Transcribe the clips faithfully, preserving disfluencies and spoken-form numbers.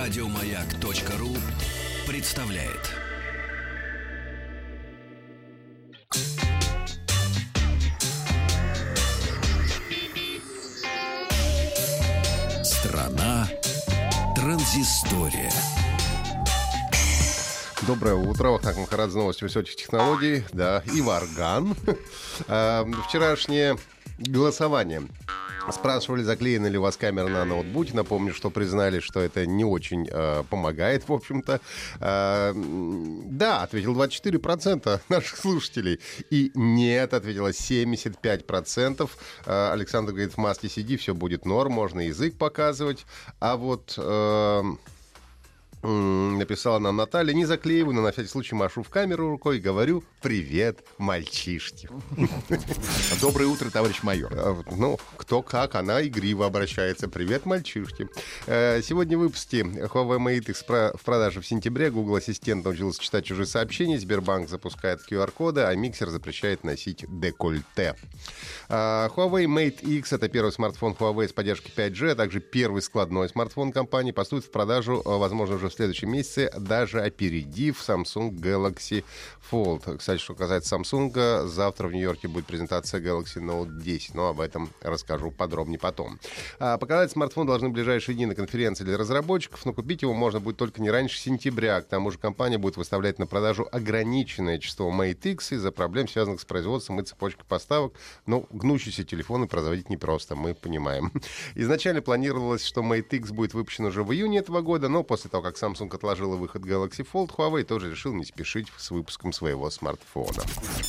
Радиомаяк.ру представляет. Страна транзистория. Доброе утро. Вахтанг Махарадзе, новости высоких технологий. Да, и Варган. Вчерашнее голосование. Спрашивали, заклеена ли у вас камера на ноутбуке. Напомню, что признали, что это не очень э, помогает, в общем-то. Э, да, ответил двадцать четыре процента наших слушателей. И нет, ответило семьдесят пять процентов. Э, Александр говорит, в маске сиди, все будет норм, можно язык показывать. А вот... Э, написала нам Наталья, не заклеиваю, но на всякий случай машу в камеру рукой и говорю: «Привет, мальчишки». Доброе утро, товарищ майор. Ну, кто как, она игриво обращается. «Привет, мальчишки». Сегодня в выпуске Huawei Mate X в продаже в сентябре. Google Ассистент научился читать чужие сообщения. Сбербанк запускает ку ар-коды, а Mixer запрещает носить декольте. Huawei Mate X — это первый смартфон Huawei с поддержкой пять джи, а также первый складной смартфон компании. Поступит в продажу, возможно, уже в следующем месяце, даже опередив Samsung Galaxy Fold. Кстати, что касается Samsung, завтра в Нью-Йорке будет презентация Galaxy Note десять, но об этом расскажу подробнее потом. А, показать смартфон должны в ближайшие дни на конференции для разработчиков, но купить его можно будет только не раньше сентября. К тому же компания будет выставлять на продажу ограниченное число Mate X из-за проблем, связанных с производством и цепочкой поставок. Но гнущиеся телефоны производить непросто, мы понимаем. Изначально планировалось, что Mate X будет выпущен уже в июне этого года, но после того, как Samsung отложила выход Galaxy Fold, Huawei тоже решил не спешить с выпуском своего смартфона.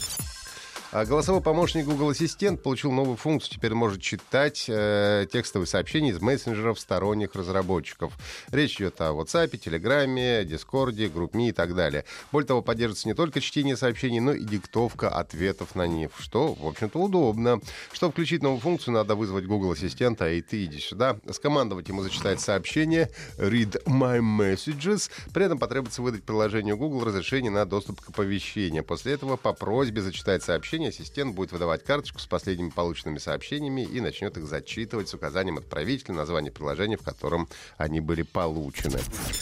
Голосовой помощник Google Ассистент получил новую функцию. Теперь может читать э, текстовые сообщения из мессенджеров сторонних разработчиков. Речь идет о WhatsApp, Telegram, Discord, GroupMe и так далее. Более того, поддерживается не только чтение сообщений, но и диктовка ответов на них, что, в общем-то, удобно. Чтобы включить новую функцию, надо вызвать Google Ассистента, и ты иди сюда, скомандовать ему зачитать сообщение «Read my messages». При этом потребуется выдать приложению Google разрешение на доступ к оповещениям. После этого по просьбе зачитать сообщение ассистент будет выдавать карточку с последними полученными сообщениями и начнет их зачитывать с указанием отправителя, названия приложения, в котором они были получены.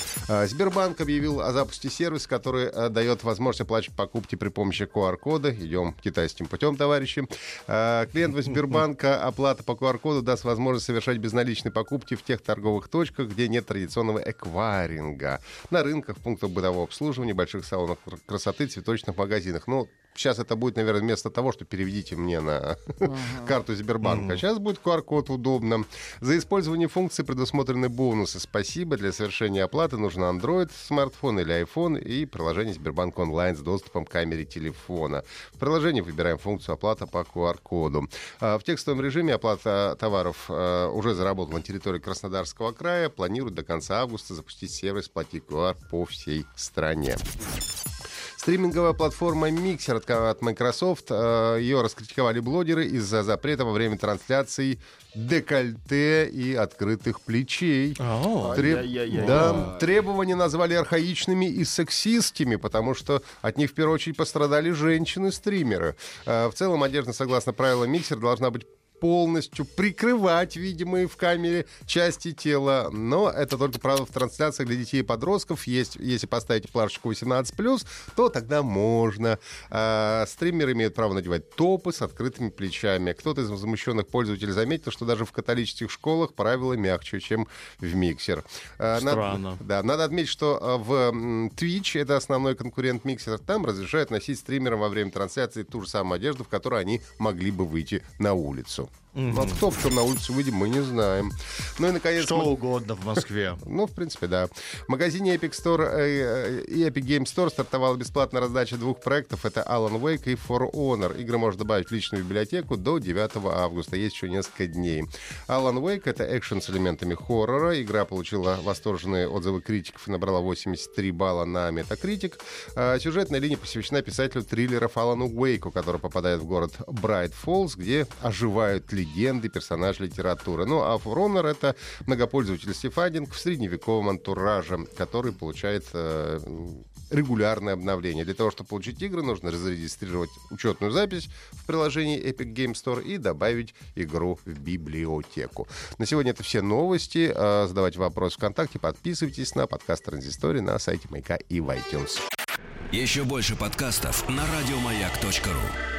Сбербанк объявил о запуске сервиса, который дает возможность оплачивать покупки при помощи ку ар-кода. Идем китайским путем, товарищи. Клиентам Сбербанка оплата по ку ар-коду даст возможность совершать безналичные покупки в тех торговых точках, где нет традиционного эквайринга. На рынках, пунктах бытового обслуживания, больших салонах красоты, цветочных магазинах. Ну, сейчас это будет, наверное, вместо того, что переведите мне на uh-huh. карту Сбербанка. Uh-huh. Сейчас будет ку ар-код, удобно. За использование функции предусмотрены бонусы. Спасибо. Для совершения оплаты нужно Android, смартфон или iPhone и приложение Сбербанк онлайн с доступом к камере телефона. В приложении выбираем функцию оплата по ку ар-коду. В текстовом режиме оплата товаров уже заработала на территории Краснодарского края. Планируют до конца августа запустить сервис «Плати ку ар» по всей стране. Стриминговая платформа Mixer от Microsoft. Ее раскритиковали блогеры из-за запрета во время трансляций декольте и открытых плечей. Oh. Треб... Да, требования назвали архаичными и сексистскими, потому что от них в первую очередь пострадали женщины-стримеры. В целом, одежда, согласно правилам Mixer, должна быть полностью прикрывать видимые в камере части тела. Но это только, правда, в трансляциях для детей и подростков. Есть, если поставите плашечку восемнадцать плюс, то тогда можно. А, стримеры имеют право надевать топы с открытыми плечами. Кто-то из возмущенных пользователей заметил, что даже в католических школах правила мягче, чем в Mixer. А, Странно. Надо, да, надо отметить, что в Twitch, это основной конкурент Mixer, там разрешают носить стримерам во время трансляции ту же самую одежду, в которой они могли бы выйти на улицу. Mm-hmm. Но кто в чем на улицу выйдем, мы не знаем. Ну и, наконец... Что мы... угодно в Москве. Ну, в принципе, да. В магазине Epic Store и Epic Game Store стартовала бесплатная раздача двух проектов. Это Alan Wake и For Honor. Игры можно добавить в личную библиотеку до девятого августа. Есть еще несколько дней. Alan Wake — это экшен с элементами хоррора. Игра получила восторженные отзывы критиков и набрала восемьдесят три балла на Metacritic. А сюжетная линия посвящена писателю триллеров Алану Уэйку, который попадает в город Брайт Фоллс, где оживают легенды, персонажи литературы. Ну, а For Honor — это многопользовательский файдинг в средневековом антураже, который получает э, регулярное обновление. Для того, чтобы получить игры, нужно зарегистрировать учетную запись в приложении Epic Game Store и добавить игру в библиотеку. На сегодня это все новости. Задавайте вопрос ВКонтакте, подписывайтесь на подкаст «Транзистория» на сайте Маяка и в iTunes. Еще больше подкастов на радиомаяк точка ру.